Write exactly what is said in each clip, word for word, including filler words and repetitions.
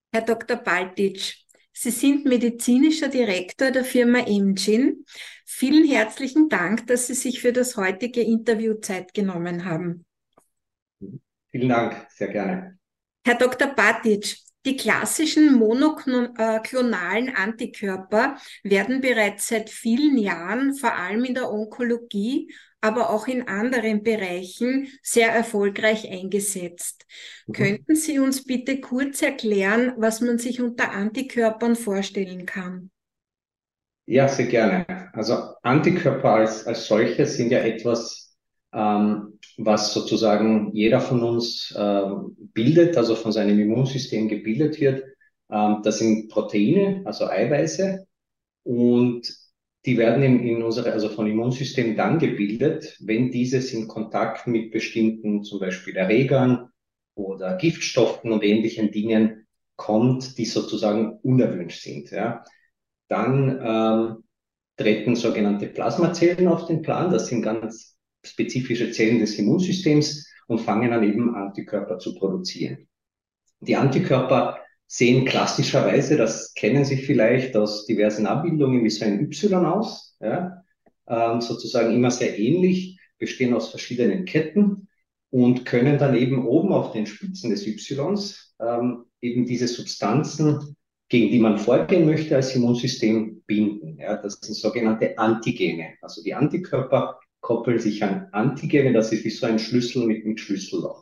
Herr Doktor Baltic, Sie sind medizinischer Direktor der Firma Imgene. Vielen herzlichen Dank, dass Sie sich für das heutige Interview Zeit genommen haben. Vielen Dank, sehr gerne. Herr Doktor Batic, die klassischen monoklonalen Antikörper werden bereits seit vielen Jahren, vor allem in der Onkologie, aber auch in anderen Bereichen, sehr erfolgreich eingesetzt. Mhm. Könnten Sie uns bitte kurz erklären, was man sich unter Antikörpern vorstellen kann? Ja, sehr gerne. Also Antikörper als, als solche sind ja etwas, ähm, was sozusagen jeder von uns ähm, bildet, also von seinem Immunsystem gebildet wird. Ähm, das sind Proteine, also Eiweiße, und die werden in, in unsere, also von Immunsystem dann gebildet, wenn dieses in Kontakt mit bestimmten, zum Beispiel Erregern oder Giftstoffen und ähnlichen Dingen kommt, die sozusagen unerwünscht sind. Ja. Dann ähm, treten sogenannte Plasmazellen auf den Plan. Das sind ganz spezifische Zellen des Immunsystems und fangen an eben Antikörper zu produzieren. Die Antikörper sehen klassischerweise, das kennen Sie vielleicht aus diversen Abbildungen, wie so ein Y aus, ja, ähm, sozusagen immer sehr ähnlich, bestehen aus verschiedenen Ketten und können dann eben oben auf den Spitzen des Ys ähm, eben diese Substanzen, gegen die man vorgehen möchte, als Immunsystem binden. Ja, das sind sogenannte Antigene. Also die Antikörper koppeln sich an Antigene, das ist wie so ein Schlüssel mit, mit Schlüsselloch.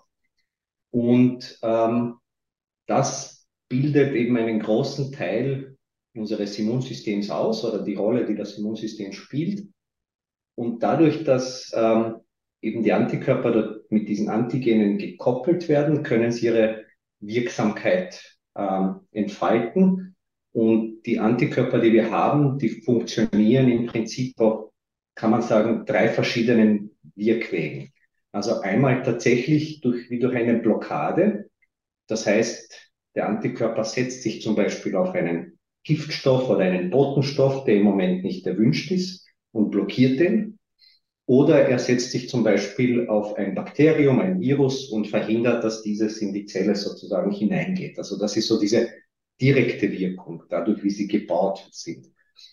Und ähm, das bildet eben einen großen Teil unseres Immunsystems aus oder die Rolle, die das Immunsystem spielt. Und dadurch, dass ähm, eben die Antikörper dort mit diesen Antigenen gekoppelt werden, können sie ihre Wirksamkeit ähm, entfalten. Und die Antikörper, die wir haben, die funktionieren im Prinzip auf, kann man sagen, drei verschiedenen Wirkwegen. Also einmal tatsächlich durch, wie durch eine Blockade. Das heißt, der Antikörper setzt sich zum Beispiel auf einen Giftstoff oder einen Botenstoff, der im Moment nicht erwünscht ist, und blockiert den. Oder er setzt sich zum Beispiel auf ein Bakterium, ein Virus und verhindert, dass dieses in die Zelle sozusagen hineingeht. Also das ist so diese direkte Wirkung, dadurch, wie sie gebaut sind.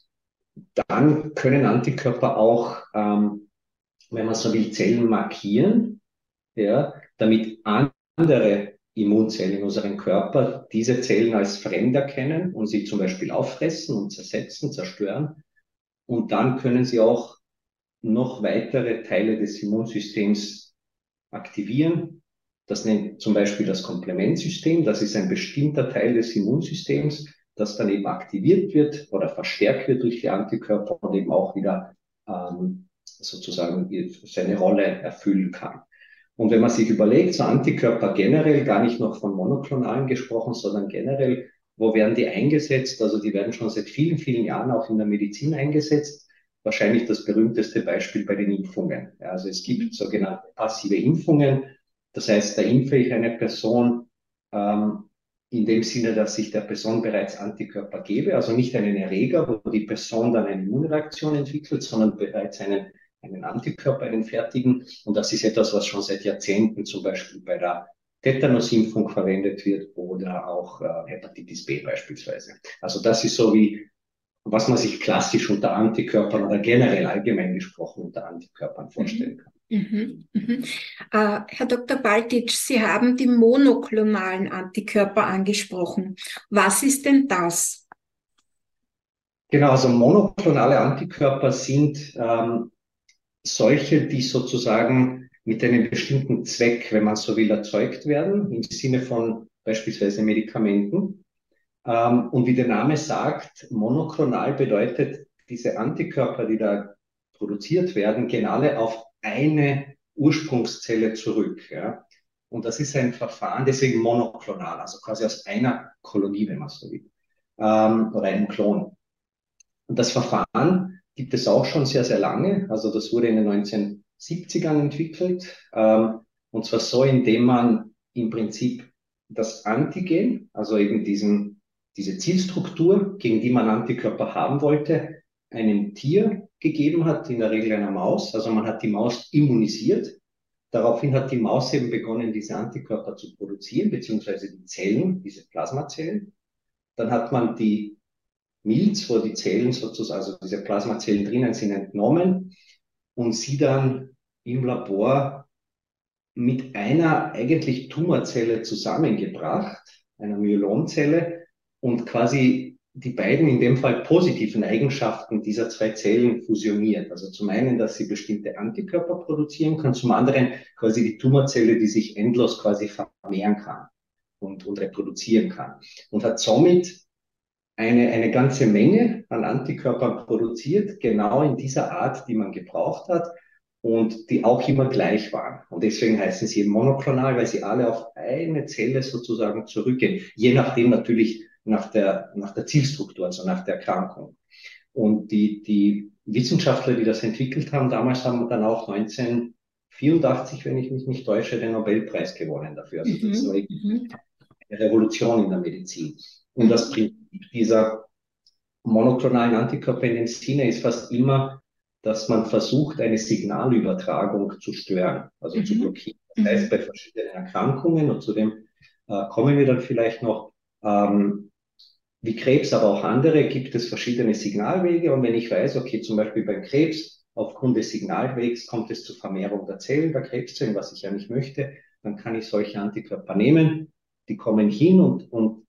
Dann können Antikörper auch, ähm, wenn man so will, Zellen markieren, ja, damit andere Immunzellen in unserem Körper diese Zellen als fremd erkennen und sie zum Beispiel auffressen und zersetzen, zerstören. Und dann können sie auch noch weitere Teile des Immunsystems aktivieren. Das nennt zum Beispiel das Komplementsystem. Das ist ein bestimmter Teil des Immunsystems, das dann eben aktiviert wird oder verstärkt wird durch die Antikörper und eben auch wieder ähm, sozusagen seine Rolle erfüllen kann. Und wenn man sich überlegt, so Antikörper generell, gar nicht noch von monoklonalen gesprochen, sondern generell, wo werden die eingesetzt? Also die werden schon seit vielen, vielen Jahren auch in der Medizin eingesetzt. Wahrscheinlich das berühmteste Beispiel bei den Impfungen. Ja, also es gibt sogenannte passive Impfungen. Das heißt, da impfe ich eine Person ähm, in dem Sinne, dass ich der Person bereits Antikörper gebe, also nicht einen Erreger, wo die Person dann eine Immunreaktion entwickelt, sondern bereits einen einen Antikörper, einen fertigen. Und das ist etwas, was schon seit Jahrzehnten zum Beispiel bei der Tetanusimpfung verwendet wird oder auch äh, Hepatitis B beispielsweise. Also das ist so wie, was man sich klassisch unter Antikörpern oder generell allgemein gesprochen unter Antikörpern vorstellen Mhm. kann. Mhm. Mhm. Äh, Herr Doktor Baltic, Sie haben die monoklonalen Antikörper angesprochen. Was ist denn das? Genau, also monoklonale Antikörper sind ähm, solche, die sozusagen mit einem bestimmten Zweck, wenn man so will, erzeugt werden, im Sinne von beispielsweise Medikamenten. Ähm, und wie der Name sagt, monoklonal bedeutet, diese Antikörper, die da produziert werden, gehen alle auf eine Ursprungszelle zurück. Ja? Und das ist ein Verfahren, deswegen monoklonal, also quasi aus einer Kolonie, wenn man so will, ähm, oder einem Klon. Und das Verfahren gibt es auch schon sehr, sehr lange. Also das wurde in den neunzehnhundertsiebzigern entwickelt. Ähm, und zwar so, indem man im Prinzip das Antigen, also eben diesen, diese Zielstruktur, gegen die man Antikörper haben wollte, einem Tier gegeben hat, in der Regel einer Maus. Also man hat die Maus immunisiert. Daraufhin hat die Maus eben begonnen, diese Antikörper zu produzieren, beziehungsweise die Zellen, diese Plasmazellen. dann hat man die Milz, wo die Zellen sozusagen, also diese Plasmazellen drinnen sind, entnommen und sie dann im Labor mit einer eigentlich Tumorzelle zusammengebracht, einer Myelomzelle, und quasi die beiden in dem Fall positiven Eigenschaften dieser zwei Zellen fusioniert. Also zum einen, dass sie bestimmte Antikörper produzieren kann, zum anderen quasi die Tumorzelle, die sich endlos quasi vermehren kann und, und reproduzieren kann. Und hat somit eine, eine ganze Menge an Antikörpern produziert, genau in dieser Art, die man gebraucht hat und die auch immer gleich waren. Und deswegen heißen sie monoklonal, weil sie alle auf eine Zelle sozusagen zurückgehen, je nachdem natürlich nach der, nach der Zielstruktur, also nach der Erkrankung. Und die, die Wissenschaftler, die das entwickelt haben, damals haben dann auch neunzehnhundertvierundachtzig, wenn ich mich nicht täusche, den Nobelpreis gewonnen dafür. Also das war Mhm. Mhm. eine Revolution in der Medizin. Und das Mhm. Prinzip dieser monoklonalen Antikörper in dem Sinne ist fast immer, dass man versucht, eine Signalübertragung zu stören, also zu Mhm. blockieren. Das heißt, Mhm. bei verschiedenen Erkrankungen, und zu dem äh, kommen wir dann vielleicht noch, ähm, wie Krebs, aber auch andere, gibt es verschiedene Signalwege. Und wenn ich weiß, okay, zum Beispiel beim Krebs, aufgrund des Signalwegs kommt es zur Vermehrung der Zellen, der Krebszellen, was ich ja nicht möchte, dann kann ich solche Antikörper nehmen, die kommen hin und, und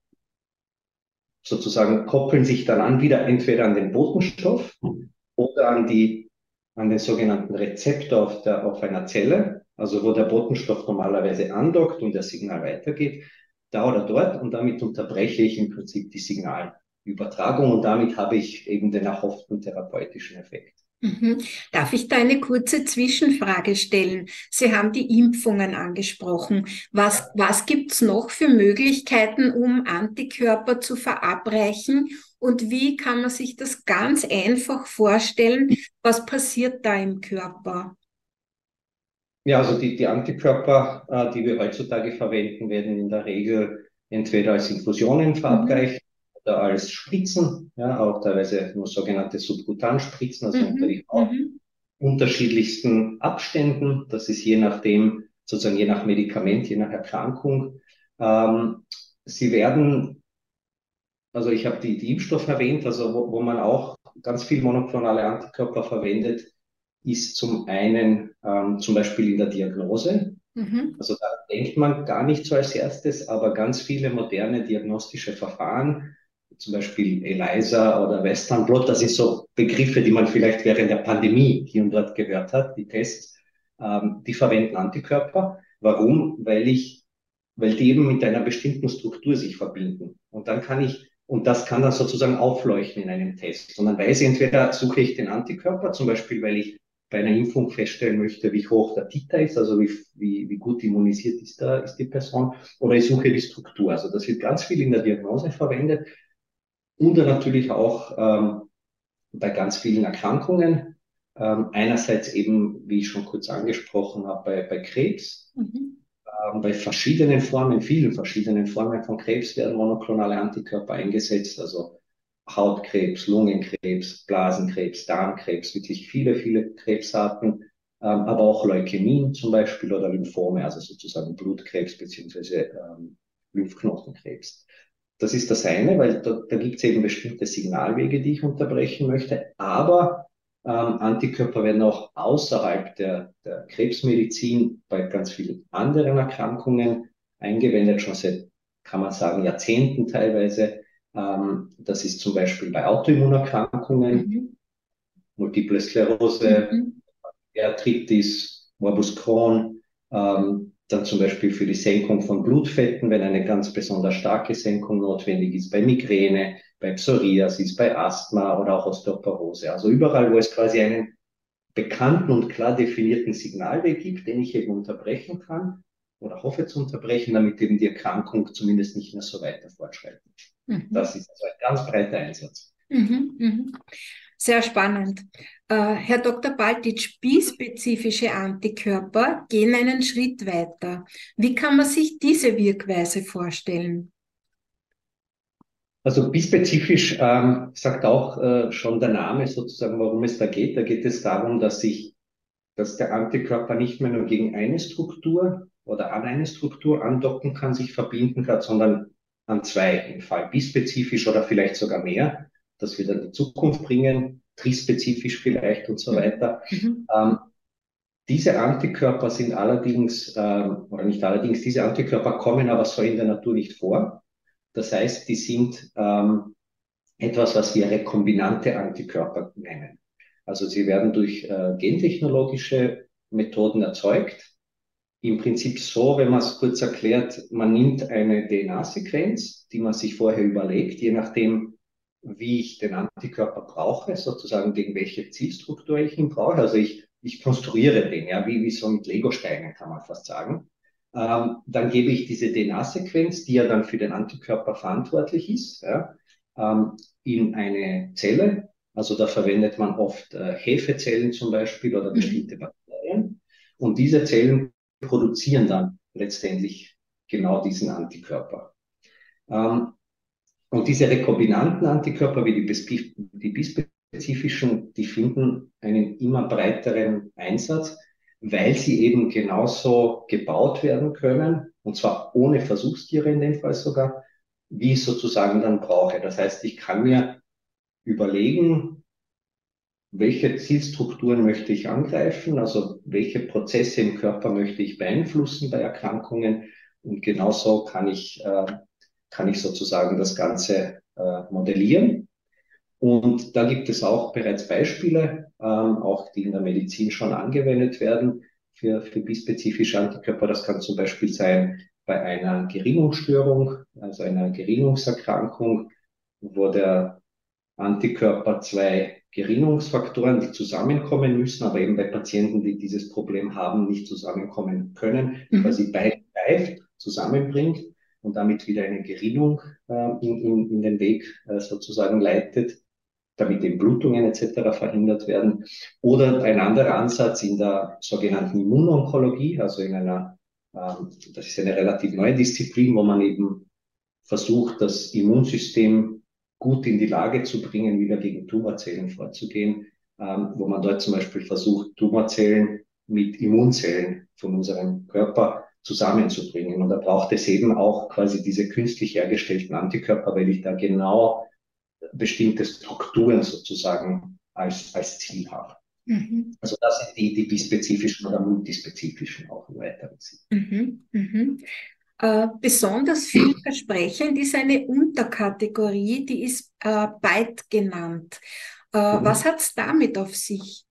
sozusagen koppeln sich dann an, wieder entweder an den Botenstoff oder an die, an den sogenannten Rezeptor auf der, auf einer Zelle, also wo der Botenstoff normalerweise andockt und das Signal weitergeht, da oder dort, und damit unterbreche ich im Prinzip die Signalübertragung und damit habe ich eben den erhofften therapeutischen Effekt. Mhm. Darf ich da eine kurze Zwischenfrage stellen? Sie haben die Impfungen angesprochen. Was, was gibt's noch für Möglichkeiten, um Antikörper zu verabreichen? Und wie kann man sich das ganz einfach vorstellen? Was passiert da im Körper? Ja, also die, die Antikörper, äh, die wir heutzutage verwenden, werden in der Regel entweder als Infusionen Mhm. verabreicht oder als Spritzen, ja, auch teilweise nur sogenannte Subkutanspritzen, also unter Mhm. die Haut, Mhm. unterschiedlichsten Abständen. Das ist je nachdem, sozusagen je nach Medikament, je nach Erkrankung. Ähm, sie werden, also ich habe die, die Impfstoff erwähnt, also wo, wo man auch ganz viel monoklonale Antikörper verwendet, ist zum einen ähm, zum Beispiel in der Diagnose. Mhm. Also da denkt man gar nicht so als erstes, aber ganz viele moderne diagnostische Verfahren, zum Beispiel ELISA oder Western Blot, das sind so Begriffe, die man vielleicht während der Pandemie hier und dort gehört hat, die Tests, ähm, die verwenden Antikörper. Warum? Weil ich, weil die eben mit einer bestimmten Struktur sich verbinden. Und dann kann ich, und das kann dann sozusagen aufleuchten in einem Test. Und dann weiß ich, entweder suche ich den Antikörper, zum Beispiel, weil ich bei einer Impfung feststellen möchte, wie hoch der Titer ist, also wie, wie, wie gut immunisiert ist, da, ist die Person, oder ich suche die Struktur. Also das wird ganz viel in der Diagnose verwendet und dann natürlich auch ähm, bei ganz vielen Erkrankungen. Ähm, einerseits eben, wie ich schon kurz angesprochen habe, bei, bei Krebs. Mhm. Ähm, bei verschiedenen Formen, vielen verschiedenen Formen von Krebs werden monoklonale Antikörper eingesetzt, also Hautkrebs, Lungenkrebs, Blasenkrebs, Darmkrebs, wirklich viele, viele Krebsarten, ähm, aber auch Leukämien zum Beispiel oder Lymphome, also sozusagen Blutkrebs beziehungsweise ähm, Lymphknochenkrebs. Das ist das eine, weil da, da gibt es eben bestimmte Signalwege, die ich unterbrechen möchte, aber ähm, Antikörper werden auch außerhalb der, der Krebsmedizin bei ganz vielen anderen Erkrankungen eingewendet, schon seit, kann man sagen, Jahrzehnten teilweise. Ähm, das ist zum Beispiel bei Autoimmunerkrankungen, Mhm. Multiple Sklerose, Mhm. Arthritis, Morbus Crohn, ähm, dann zum Beispiel für die Senkung von Blutfetten, wenn eine ganz besonders starke Senkung notwendig ist, bei Migräne, bei Psoriasis, bei Asthma oder auch Osteoporose. Also überall, wo es quasi einen bekannten und klar definierten Signalweg gibt, den ich eben unterbrechen kann oder hoffe zu unterbrechen, damit eben die Erkrankung zumindest nicht mehr so weiter fortschreitet. Mhm. Das ist also ein ganz breiter Einsatz. Mhm. Mhm. Sehr spannend. Äh, Herr Doktor Baltic, bispezifische Antikörper gehen einen Schritt weiter. Wie kann man sich diese Wirkweise vorstellen? Also bispezifisch ähm, sagt auch äh, schon der Name sozusagen, worum es da geht. Da geht es darum, dass sich, dass der Antikörper nicht mehr nur gegen eine Struktur oder an eine Struktur andocken kann, sich verbinden kann, sondern an zwei, im Fall bispezifisch oder vielleicht sogar mehr, dass wir dann die Zukunft bringen, trispezifisch vielleicht und so weiter. Mhm. Ähm, diese Antikörper sind allerdings, ähm, oder nicht allerdings, diese Antikörper kommen aber so in der Natur nicht vor. Das heißt, die sind ähm, etwas, was wir rekombinante Antikörper nennen. Also sie werden durch äh, gentechnologische Methoden erzeugt. Im Prinzip so, wenn man es kurz erklärt, man nimmt eine D N A-Sequenz, die man sich vorher überlegt, je nachdem, wie ich den Antikörper brauche, sozusagen gegen welche Zielstruktur ich ihn brauche. Also ich, ich konstruiere den, ja, wie, wie so mit Lego-Steinen kann man fast sagen. Ähm, dann gebe ich diese D N A-Sequenz, die ja dann für den Antikörper verantwortlich ist, ja, ähm, in eine Zelle. Also da verwendet man oft äh, Hefezellen zum Beispiel oder Mhm. bestimmte Bakterien. Und diese Zellen produzieren dann letztendlich genau diesen Antikörper. Ähm, und diese rekombinanten Antikörper wie die, bispe- die bispezifischen, die finden einen immer breiteren Einsatz, weil sie eben genauso gebaut werden können, und zwar ohne Versuchstiere in dem Fall sogar, wie ich sozusagen dann brauche. Das heißt, ich kann mir überlegen, welche Zielstrukturen möchte ich angreifen, also welche Prozesse im Körper möchte ich beeinflussen bei Erkrankungen. Und genauso kann ich, äh, kann ich sozusagen das Ganze äh, modellieren. Und da gibt es auch bereits Beispiele, ähm, auch die in der Medizin schon angewendet werden für, für bispezifische Antikörper. Das kann zum Beispiel sein bei einer Gerinnungsstörung, also einer Gerinnungserkrankung, wo der Antikörper zwei Gerinnungsfaktoren, die zusammenkommen müssen, aber eben bei Patienten, die dieses Problem haben, nicht zusammenkommen können, Mhm. quasi beide greift, zusammenbringt und damit wieder eine Gerinnung äh, in, in, in den Weg äh, sozusagen leitet, damit eben Blutungen et cetera verhindert werden. Oder ein anderer Ansatz in der sogenannten Immunonkologie, also in einer, ähm, das ist eine relativ neue Disziplin, wo man eben versucht, das Immunsystem gut in die Lage zu bringen, wieder gegen Tumorzellen vorzugehen, ähm, wo man dort zum Beispiel versucht, Tumorzellen mit Immunzellen von unserem Körper zusammenzubringen. Und da braucht es eben auch quasi diese künstlich hergestellten Antikörper, weil ich da genau bestimmte Strukturen sozusagen als, als Ziel habe. Mhm. Also das sind die, die bispezifischen oder multispezifischen auch im weiteren Sinn. Mhm. Mhm. Äh, besonders vielversprechend ist eine Unterkategorie, die ist äh, Byte genannt. Äh, was Mhm. hat es damit auf sich?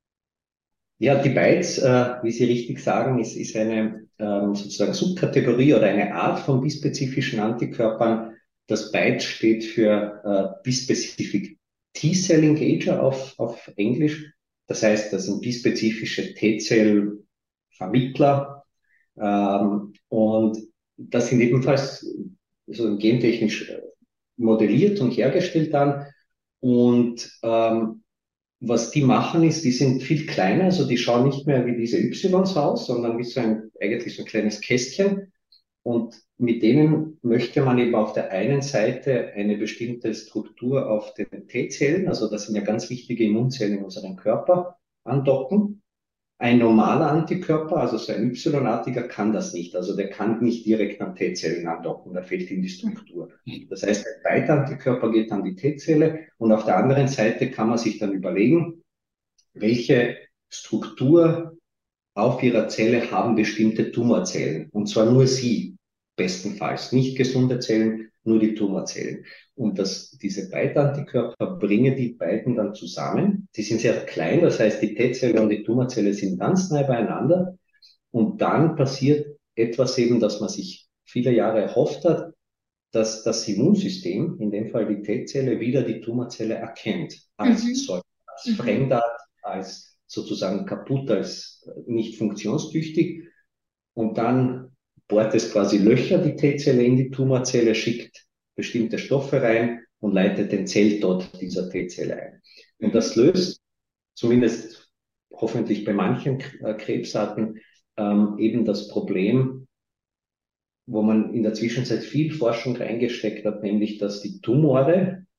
Ja, die Bytes, äh, wie Sie richtig sagen, ist, ist eine ähm, sozusagen Subkategorie oder eine Art von bispezifischen Antikörpern. Das Byte steht für äh, Bispecific T-Cell Engager auf, auf Englisch. Das heißt, das sind bispezifische T-Zell-Vermittler. Ähm, und das sind ebenfalls so gentechnisch äh, modelliert und hergestellt dann. Und ähm, was die machen ist, die sind viel kleiner, also die schauen nicht mehr wie diese Ys aus, sondern wie so ein, eigentlich so ein kleines Kästchen. Und mit denen möchte man eben auf der einen Seite eine bestimmte Struktur auf den T-Zellen, also das sind ja ganz wichtige Immunzellen in unserem Körper, andocken. Ein normaler Antikörper, also so ein Y-artiger, kann das nicht. Also der kann nicht direkt an T-Zellen andocken, da fehlt ihm die Struktur. Das heißt, ein Beta-Antikörper geht an die T-Zelle und auf der anderen Seite kann man sich dann überlegen, welche Struktur auf ihrer Zelle haben bestimmte Tumorzellen. Und zwar nur sie, bestenfalls. Nicht gesunde Zellen, nur die Tumorzellen. Und das, diese beiden Antikörper bringen die beiden dann zusammen. Die sind sehr klein, das heißt, die T-Zelle und die Tumorzelle sind ganz nah beieinander. Und dann passiert etwas eben, das man sich viele Jahre erhofft hat, dass das Immunsystem, in dem Fall die T-Zelle, wieder die Tumorzelle erkennt als Mhm. solch, als Mhm. Fremdart, als sozusagen kaputt, als nicht funktionstüchtig. Und dann bohrt es quasi Löcher, die T-Zelle in die Tumorzelle, schickt bestimmte Stoffe rein und leitet den Zelltod dieser T-Zelle ein. Und Mhm. das löst zumindest hoffentlich bei manchen Krebsarten ähm, eben das Problem, wo man in der Zwischenzeit viel Forschung reingesteckt hat, nämlich dass die Tumore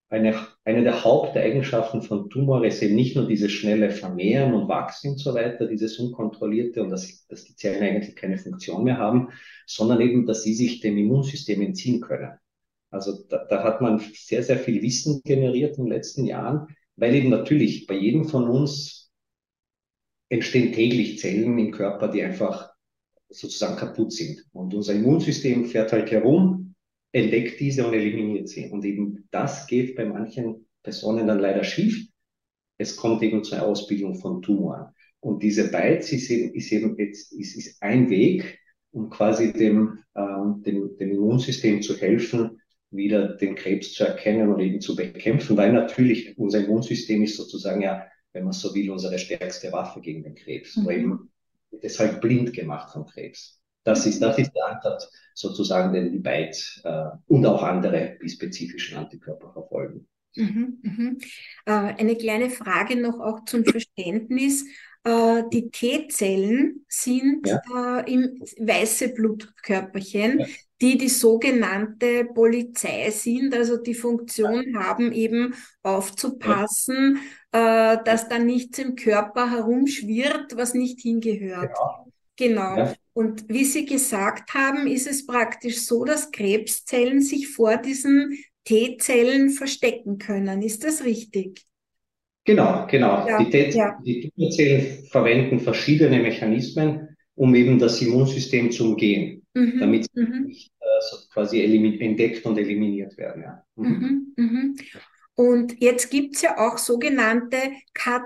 eine, eine der Haupteigenschaften von Tumor ist eben nicht nur dieses schnelle Vermehren und Wachsen und so weiter, dieses unkontrollierte und dass, dass die Zellen eigentlich keine Funktion mehr haben, sondern eben, dass sie sich dem Immunsystem entziehen können. Also da, da hat man sehr, sehr viel Wissen generiert in den letzten Jahren, weil eben natürlich bei jedem von uns entstehen täglich Zellen im Körper, die einfach sozusagen kaputt sind. Und unser Immunsystem fährt halt herum, entdeckt diese und eliminiert sie. Und eben das geht bei manchen Personen dann leider schief. Es kommt eben zur Ausbildung von Tumoren. Und diese Beiz ist eben, ist eben jetzt, ist, ist ein Weg, um quasi dem, ähm, dem, dem Immunsystem zu helfen, wieder den Krebs zu erkennen und eben zu bekämpfen, weil natürlich unser Immunsystem ist sozusagen ja, wenn man so will, unsere stärkste Waffe gegen den Krebs. Nur Mhm. eben deshalb blind gemacht vom Krebs. Das ist, das ist der Ansatz sozusagen, den die Beiz äh, und auch andere bispezifischen Antikörper verfolgen. Mhm, mhm. Äh, eine kleine Frage noch auch zum Verständnis. Äh, die T-Zellen sind Ja, äh, im weiße Blutkörperchen, ja, die die sogenannte Polizei sind, also die Funktion haben, eben ja, aufzupassen, äh, ja, dass da nichts im Körper herumschwirrt, was nicht hingehört. genau. Genau. Ja. Und wie Sie gesagt haben, ist es praktisch so, dass Krebszellen sich vor diesen T-Zellen verstecken können. Ist das richtig? Genau, genau. Die, Ja, T- ja. die Tumorzellen verwenden verschiedene Mechanismen, um eben das Immunsystem zu umgehen, damit Mhm, sie mhm, nicht äh, so quasi elimin- entdeckt und eliminiert werden. Ja. Mhm. mhm, mhm. Und jetzt gibt's ja auch sogenannte K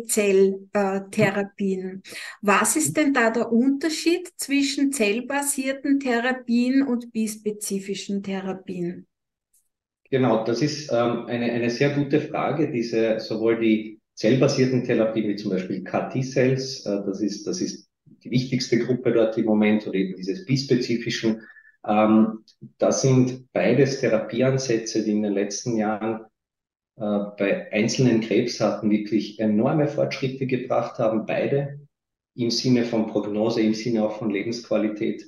T-Zell-Therapien. Was ist denn da der Unterschied zwischen zellbasierten Therapien und bispezifischen Therapien? Genau, das ist ähm, eine, eine sehr gute Frage. Diese, sowohl die zellbasierten Therapien wie zum Beispiel C A R T-Cells, äh, das ist, das ist die wichtigste Gruppe dort im Moment, oder eben diese bispezifischen. Ähm, das sind beides Therapieansätze, die in den letzten Jahren äh, bei einzelnen Krebsarten wirklich enorme Fortschritte gebracht haben, beide im Sinne von Prognose, im Sinne auch von Lebensqualität.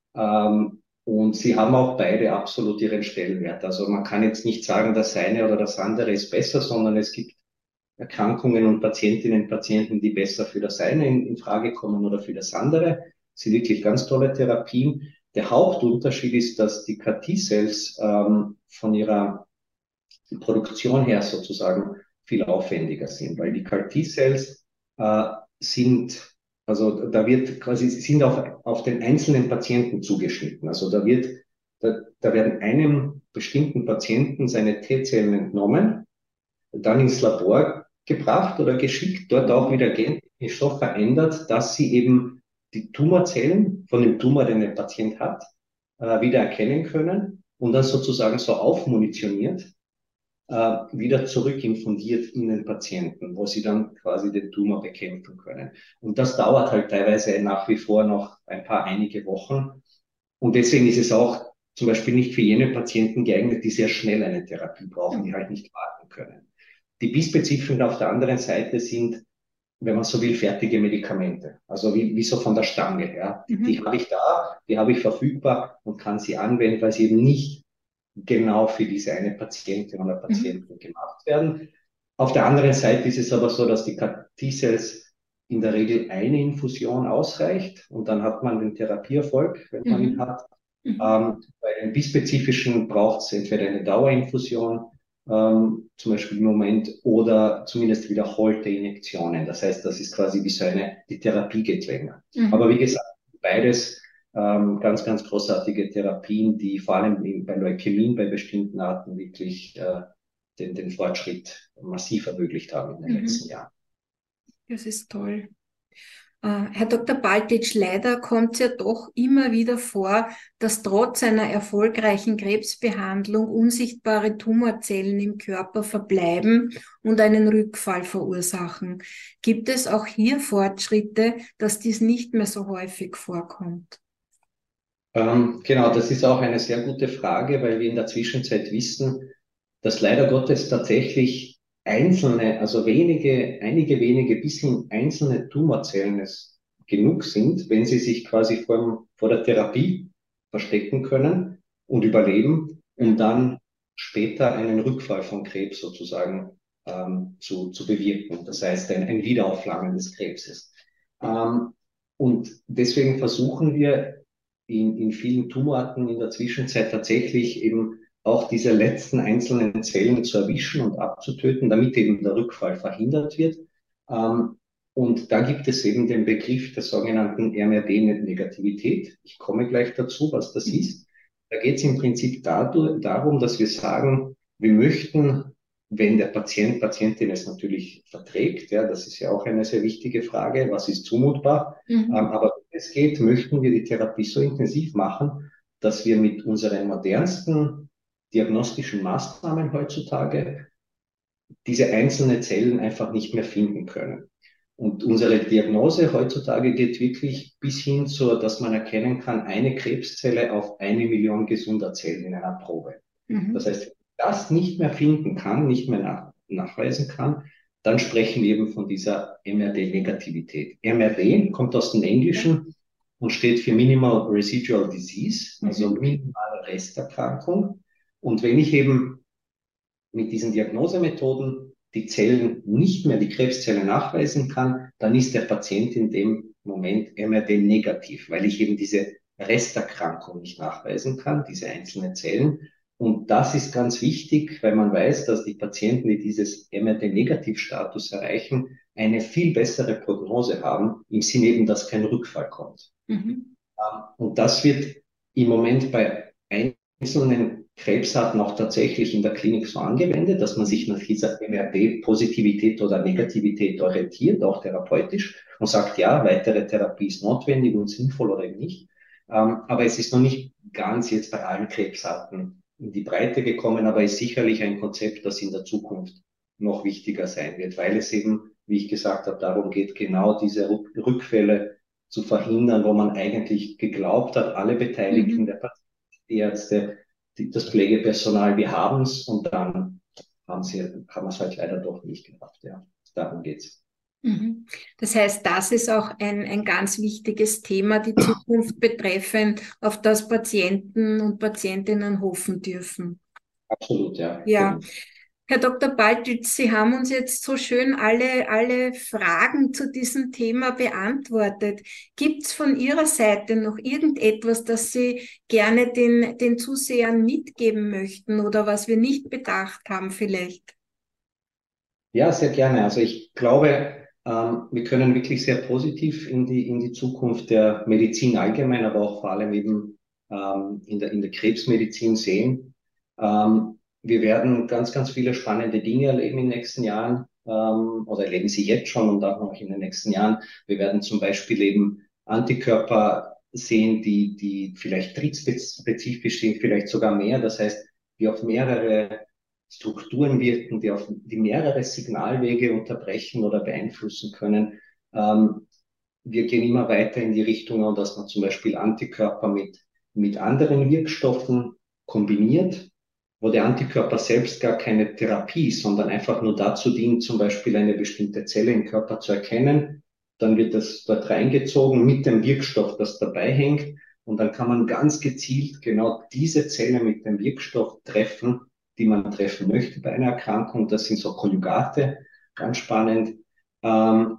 Ähm, und sie haben auch beide absolut ihren Stellenwert. Also man kann jetzt nicht sagen, das eine oder das andere ist besser, sondern es gibt Erkrankungen und Patientinnen und Patienten, die besser für das eine in, in Frage kommen oder für das andere. Das sind wirklich ganz tolle Therapien. Der Hauptunterschied ist, dass die C A R T-Cells ähm, von ihrer Produktion her sozusagen viel aufwendiger sind, weil die C A R T-Cells äh, sind, also da wird quasi, sie sind auf, auf den einzelnen Patienten zugeschnitten. Also da wird, da, da werden einem bestimmten Patienten seine T-Zellen entnommen, dann ins Labor gebracht oder geschickt, dort auch Mhm. wieder gentechnisch so verändert, dass sie eben die Tumorzellen von dem Tumor, den der Patient hat, äh, wieder erkennen können und dann sozusagen so aufmunitioniert, äh, wieder zurückinfundiert in den Patienten, wo sie dann quasi den Tumor bekämpfen können. Und das dauert halt teilweise nach wie vor noch ein paar einige Wochen. Und deswegen ist es auch zum Beispiel nicht für jene Patienten geeignet, die sehr schnell eine Therapie brauchen, die halt nicht warten können. Die bispezifischen auf der anderen Seite sind, wenn man so will, fertige Medikamente. Also wie, wie so von der Stange her. Die, die Mhm. habe ich da, die habe ich verfügbar und kann sie anwenden, weil sie eben nicht genau für diese eine Patientin oder Mhm. Patienten gemacht werden. Auf der anderen Seite ist es aber so, dass die C A R T-Cells in der Regel eine Infusion ausreicht und dann hat man den Therapieerfolg, wenn man ihn Mhm. hat. Mhm. Ähm, bei den bispezifischen braucht es entweder eine Dauerinfusion, ähm, zum Beispiel im Moment, oder zumindest wiederholte Injektionen. Das heißt, das ist quasi wie so eine, die Therapie geht länger. Aber wie Mhm. gesagt, beides ähm, ganz, ganz großartige Therapien, die vor allem in, bei Leukämien, bei bestimmten Arten wirklich äh, den, den Fortschritt massiv ermöglicht haben in den letzten Mhm. Jahren. Das ist toll. Äh, Herr Doktor Baltic, leider kommt es ja doch immer wieder vor, dass trotz einer erfolgreichen Krebsbehandlung unsichtbare Tumorzellen im Körper verbleiben und einen Rückfall verursachen. Gibt es auch hier Fortschritte, dass dies nicht mehr so häufig vorkommt? Ähm, genau, das ist auch eine sehr gute Frage, weil wir in der Zwischenzeit wissen, dass leider Gottes tatsächlich einzelne, also wenige, einige wenige bisschen einzelne Tumorzellen es genug sind, wenn sie sich quasi vor, vor der Therapie verstecken können und überleben, um Mhm. dann später einen Rückfall von Krebs sozusagen ähm, zu, zu bewirken. Das heißt, ein, ein Wiederaufflammen des Krebses. Ähm, und deswegen versuchen wir in, in vielen Tumorarten in der Zwischenzeit tatsächlich eben auch diese letzten einzelnen Zellen zu erwischen und abzutöten, damit eben der Rückfall verhindert wird. Ähm, und da gibt es eben den Begriff der sogenannten M R D-Negativität. Ich komme gleich dazu, was das Mhm. ist. Da geht es im Prinzip dadurch, darum, dass wir sagen, wir möchten, wenn der Patient, Patientin es natürlich verträgt, ja, das ist ja auch eine sehr wichtige Frage, was ist zumutbar, ähm, Mhm. aber wenn es geht, möchten wir die Therapie so intensiv machen, dass wir mit unseren modernsten diagnostischen Maßnahmen heutzutage diese einzelnen Zellen einfach nicht mehr finden können. Und unsere Diagnose heutzutage geht wirklich bis hin zu, dass man erkennen kann, eine Krebszelle auf eine Million gesunder Zellen in einer Probe. Das Mhm. heißt, wenn man das nicht mehr finden kann, nicht mehr nach, nachweisen kann, dann sprechen wir eben von dieser M R D-Negativität. M R D kommt aus dem Ja. Englischen und steht für Minimal Residual Disease, also Mhm. minimale Resterkrankung. Und wenn ich eben mit diesen Diagnosemethoden die Zellen nicht mehr, die Krebszelle nachweisen kann, dann ist der Patient in dem Moment M R D negativ, weil ich eben diese Resterkrankung nicht nachweisen kann, diese einzelnen Zellen. Und das ist ganz wichtig, weil man weiß, dass die Patienten, die dieses M R D-Negativ-Status erreichen, eine viel bessere Prognose haben, im Sinne eben, dass kein Rückfall kommt. Mhm. Und das wird im Moment bei einzelnen Krebsarten auch tatsächlich in der Klinik so angewendet, dass man sich Mhm. nach dieser M R D-Positivität oder Negativität orientiert, auch therapeutisch, und sagt, ja, weitere Therapie ist notwendig und sinnvoll oder eben nicht. Ähm, aber es ist noch nicht ganz jetzt bei allen Krebsarten in die Breite gekommen, aber ist sicherlich ein Konzept, das in der Zukunft noch wichtiger sein wird, weil es eben, wie ich gesagt habe, darum geht, genau diese Rückfälle zu verhindern, wo man eigentlich geglaubt hat, alle Beteiligten, der Mhm. Patienten, die Ärzte, die, das Pflegepersonal, wir haben es und dann haben sie, haben wir es halt leider doch nicht gehabt. Ja, darum geht's. Mhm. Das heißt, das ist auch ein, ein ganz wichtiges Thema, die Zukunft betreffend, auf das Patienten und Patientinnen hoffen dürfen. Absolut, ja, Ja, genau. Herr Doktor Baltitz, Sie haben uns jetzt so schön alle, alle Fragen zu diesem Thema beantwortet. Gibt es von Ihrer Seite noch irgendetwas, das Sie gerne den, den Zusehern mitgeben möchten oder was wir nicht bedacht haben vielleicht? Ja, sehr gerne. Also ich glaube, ähm, wir können wirklich sehr positiv in die, in die Zukunft der Medizin allgemein, aber auch vor allem eben ähm, in der, in der Krebsmedizin sehen. Ähm, wir werden ganz, ganz viele spannende Dinge erleben in den nächsten Jahren ähm, oder erleben sie jetzt schon und auch noch in den nächsten Jahren. Wir werden zum Beispiel eben Antikörper sehen, die, die vielleicht trittspezifisch sind, vielleicht sogar mehr. Das heißt, die auf mehrere Strukturen wirken, die auf die mehrere Signalwege unterbrechen oder beeinflussen können. Ähm, wir gehen immer weiter in die Richtung, dass man zum Beispiel Antikörper mit, mit anderen Wirkstoffen kombiniert, wo der Antikörper selbst gar keine Therapie ist, sondern einfach nur dazu dient, zum Beispiel eine bestimmte Zelle im Körper zu erkennen. Dann wird das dort reingezogen mit dem Wirkstoff, das dabei hängt. Und dann kann man ganz gezielt genau diese Zelle mit dem Wirkstoff treffen, die man treffen möchte bei einer Erkrankung. Das sind so Konjugate, ganz spannend. Ähm,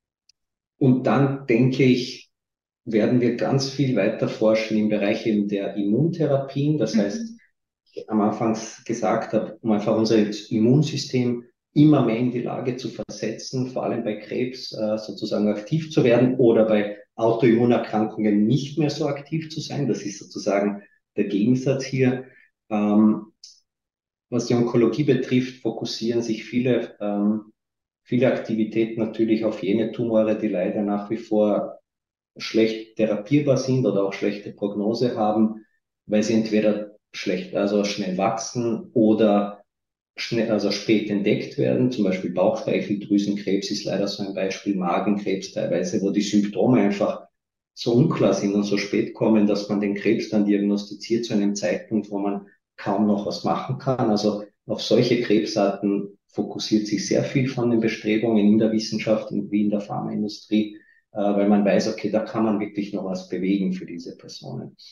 und dann denke ich, werden wir ganz viel weiter forschen im Bereich eben der Immuntherapien. Das heißt, Mhm. ich am Anfang gesagt habe, um einfach unser Immunsystem immer mehr in die Lage zu versetzen, vor allem bei Krebs äh, sozusagen aktiv zu werden oder bei Autoimmunerkrankungen nicht mehr so aktiv zu sein. Das ist sozusagen der Gegensatz hier. Ähm, was die Onkologie betrifft, fokussieren sich viele, ähm, viele Aktivitäten natürlich auf jene Tumore, die leider nach wie vor schlecht therapierbar sind oder auch schlechte Prognose haben, weil sie entweder schlecht, also schnell wachsen oder schnell, also spät entdeckt werden. Zum Beispiel Bauchspeicheldrüsenkrebs ist leider so ein Beispiel, Magenkrebs teilweise, wo die Symptome einfach so unklar sind und so spät kommen, dass man den Krebs dann diagnostiziert zu einem Zeitpunkt, wo man kaum noch was machen kann. Also auf solche Krebsarten fokussiert sich sehr viel von den Bestrebungen in der Wissenschaft wie in der Pharmaindustrie, äh, weil man weiß, okay, da kann man wirklich noch was bewegen für diese Personen.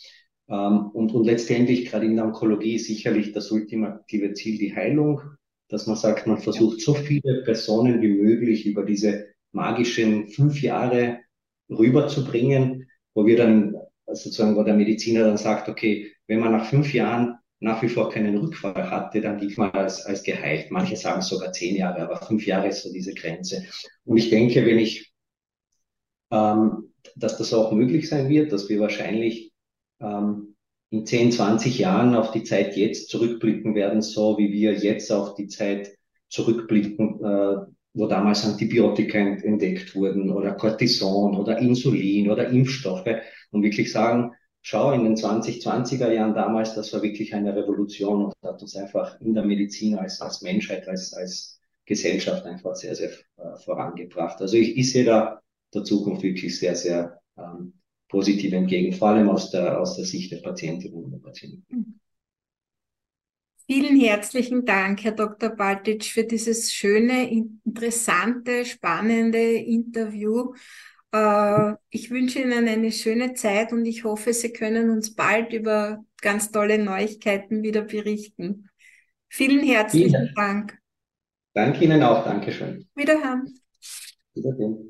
Ähm, und, und letztendlich, gerade in der Onkologie, ist sicherlich das ultimative Ziel die Heilung, dass man sagt, man Ja. versucht so viele Personen wie möglich über diese magischen fünf Jahre rüberzubringen, wo wir dann sozusagen, wo der Mediziner dann sagt, okay, wenn man nach fünf Jahren nach wie vor keinen Rückfall hatte, dann gilt man als, als geheilt. Manche sagen sogar zehn Jahre, aber fünf Jahre ist so diese Grenze. Und ich denke, wenn ich, ähm, dass das auch möglich sein wird, dass wir wahrscheinlich ähm, in zehn, zwanzig Jahren auf die Zeit jetzt zurückblicken werden, so wie wir jetzt auf die Zeit zurückblicken, äh, wo damals Antibiotika entdeckt wurden oder Cortison oder Insulin oder Impfstoffe und wirklich sagen, schau, in den zwanzig zwanziger Jahren damals, das war wirklich eine Revolution und hat uns einfach in der Medizin als, als Menschheit, als, als Gesellschaft einfach sehr, sehr äh, vorangebracht. Also ich, ich sehe da der Zukunft wirklich sehr, sehr ähm, positiv entgegen, vor allem aus der, aus der Sicht der Patientinnen und der Patienten. Vielen herzlichen Dank, Herr Doktor Baltic, für dieses schöne, interessante, spannende Interview. Äh, Ich wünsche Ihnen eine schöne Zeit und ich hoffe, Sie können uns bald über ganz tolle Neuigkeiten wieder berichten. Vielen herzlichen Vielen Dank. Dank Ihnen auch. Dankeschön. Wiederhören. Wiedersehen.